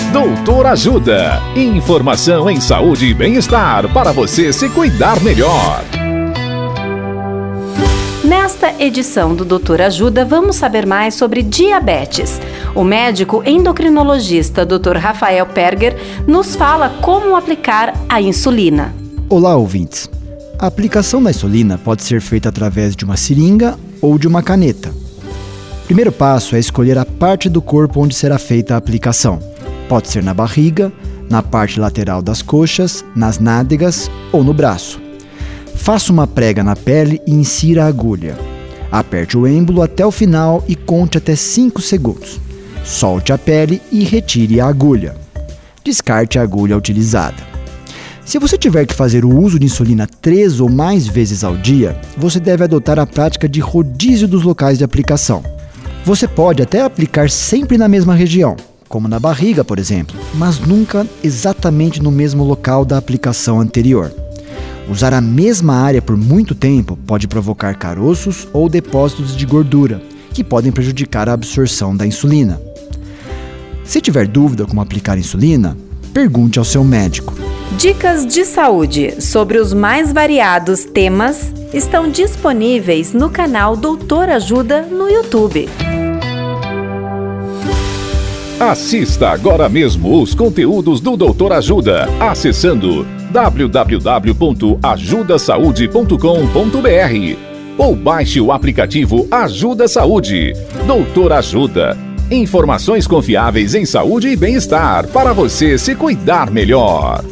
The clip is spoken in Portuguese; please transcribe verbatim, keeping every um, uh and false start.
Doutor Ajuda. Informação em saúde e bem-estar para você se cuidar melhor. Nesta edição do Doutor Ajuda, vamos saber mais sobre diabetes. O médico endocrinologista doutor Rafael Perger nos fala como aplicar a insulina. Olá, ouvintes. A aplicação da insulina pode ser feita através de uma seringa ou de uma caneta. O primeiro passo é escolher a parte do corpo onde será feita a aplicação. Pode ser na barriga, na parte lateral das coxas, nas nádegas ou no braço. Faça uma prega na pele e insira a agulha. Aperte o êmbolo até o final e conte até cinco segundos. Solte a pele e retire a agulha. Descarte a agulha utilizada. Se você tiver que fazer o uso de insulina três ou mais vezes ao dia, você deve adotar a prática de rodízio dos locais de aplicação. Você pode até aplicar sempre na mesma região, como na barriga, por exemplo, mas nunca exatamente no mesmo local da aplicação anterior. Usar a mesma área por muito tempo pode provocar caroços ou depósitos de gordura, que podem prejudicar a absorção da insulina. Se tiver dúvida como aplicar insulina, pergunte ao seu médico. Dicas de saúde sobre os mais variados temas estão disponíveis no canal Doutor Ajuda no YouTube. Assista agora mesmo os conteúdos do Doutor Ajuda, acessando w w w ponto ajuda saúde ponto com ponto b r ou baixe o aplicativo Ajuda Saúde. Doutor Ajuda. Informações confiáveis em saúde e bem-estar para você se cuidar melhor.